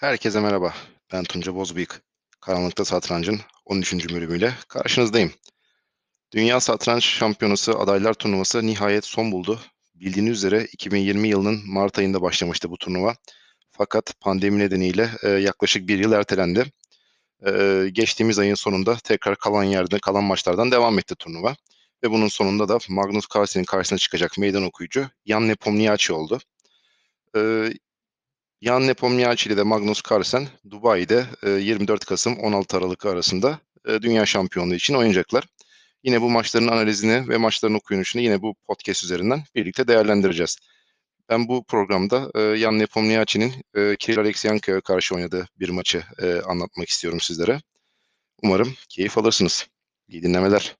Herkese merhaba. Ben Tunca Bozbıyık. Karanlıkta Satrancın 13. bölümüyle karşınızdayım. Dünya Satranç Şampiyonası Adaylar Turnuvası nihayet son buldu. Bildiğiniz üzere 2020 yılının Mart ayında başlamıştı bu turnuva. Fakat pandemi nedeniyle yaklaşık bir yıl ertelendi. Geçtiğimiz ayın sonunda tekrar kalan maçlardan devam etti turnuva. Ve bunun sonunda da Magnus Carlsen'in karşısına çıkacak meydan okuyucu Jan Nepomniachtchi oldu. E, Jan Nepomniachtchi ile de Magnus Carlsen Dubai'de 24 Kasım 16 Aralık arasında dünya şampiyonluğu için oynayacaklar. Yine bu maçların analizini ve maçların okuyuşunu yine bu podcast üzerinden birlikte değerlendireceğiz. Ben bu programda Jan Nepomniachtchi'nin Kirill Aleksanenko'ya karşı oynadığı bir maçı anlatmak istiyorum sizlere. Umarım keyif alırsınız. İyi dinlemeler.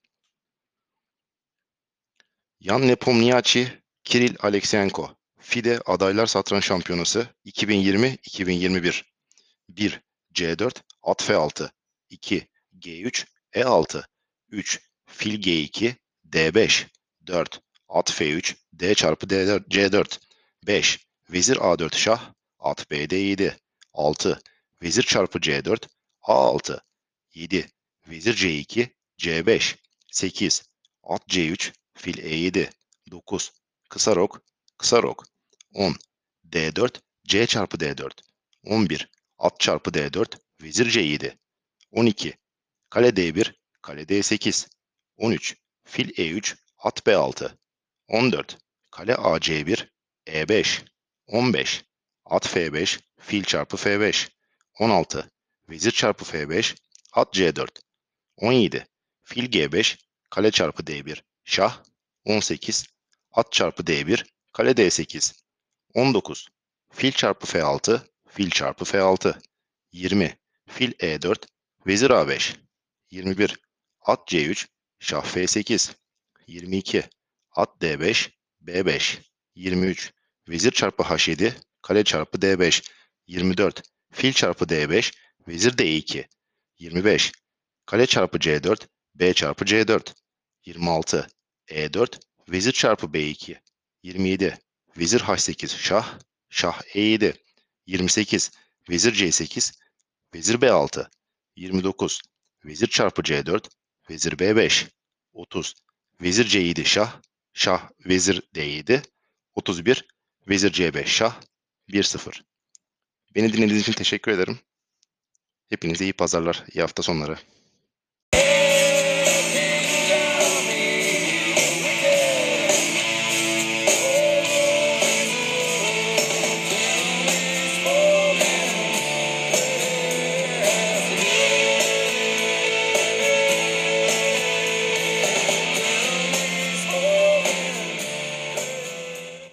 Jan Nepomniachtchi, Kirill Aleksanenko, FIDE Adaylar Satranç Şampiyonası 2020-2021. 1. C4 at F6 2. G3 E6 3. Fil G2 D5 4. At F3 D çarpı D4, C4 5. Vezir A4 şah at BD7 6. Vezir çarpı C4 A6 7. Vezir C2 C5 8. At C3 fil E7 9. Kısa rok kısa rok 10. D4 C çarpı D4 11. At çarpı D4, vezir C7. 12. Kale D1, kale D8. 13. Fil E3, at B6. 14. Kale AC1, E5. 15. At F5, fil çarpı F5. 16. Vezir çarpı F5, at C4. 17. Fil G5, kale çarpı D1, şah. 18. At çarpı D1, kale D8. 19. Fil çarpı F6, fil çarpı F6. 20. Fil E4, vezir A5. 21. At C3, şah F8. 22. At D5, B5. 23. Vezir çarpı H7, kale çarpı D5. 24. Fil çarpı D5, vezir D2. 25. Kale çarpı C4, B çarpı C4. 26. E4, vezir çarpı B2. 27. Vezir H8, şah, şah E7. 28. Vezir C8, vezir B6. 29. Vezir çarpı C4, vezir B5. 30. Vezir C7 şah, şah vezir D7. 31. Vezir C5 şah, 1-0. Beni dinlediğiniz için teşekkür ederim. Hepinize iyi pazarlar, iyi hafta sonları.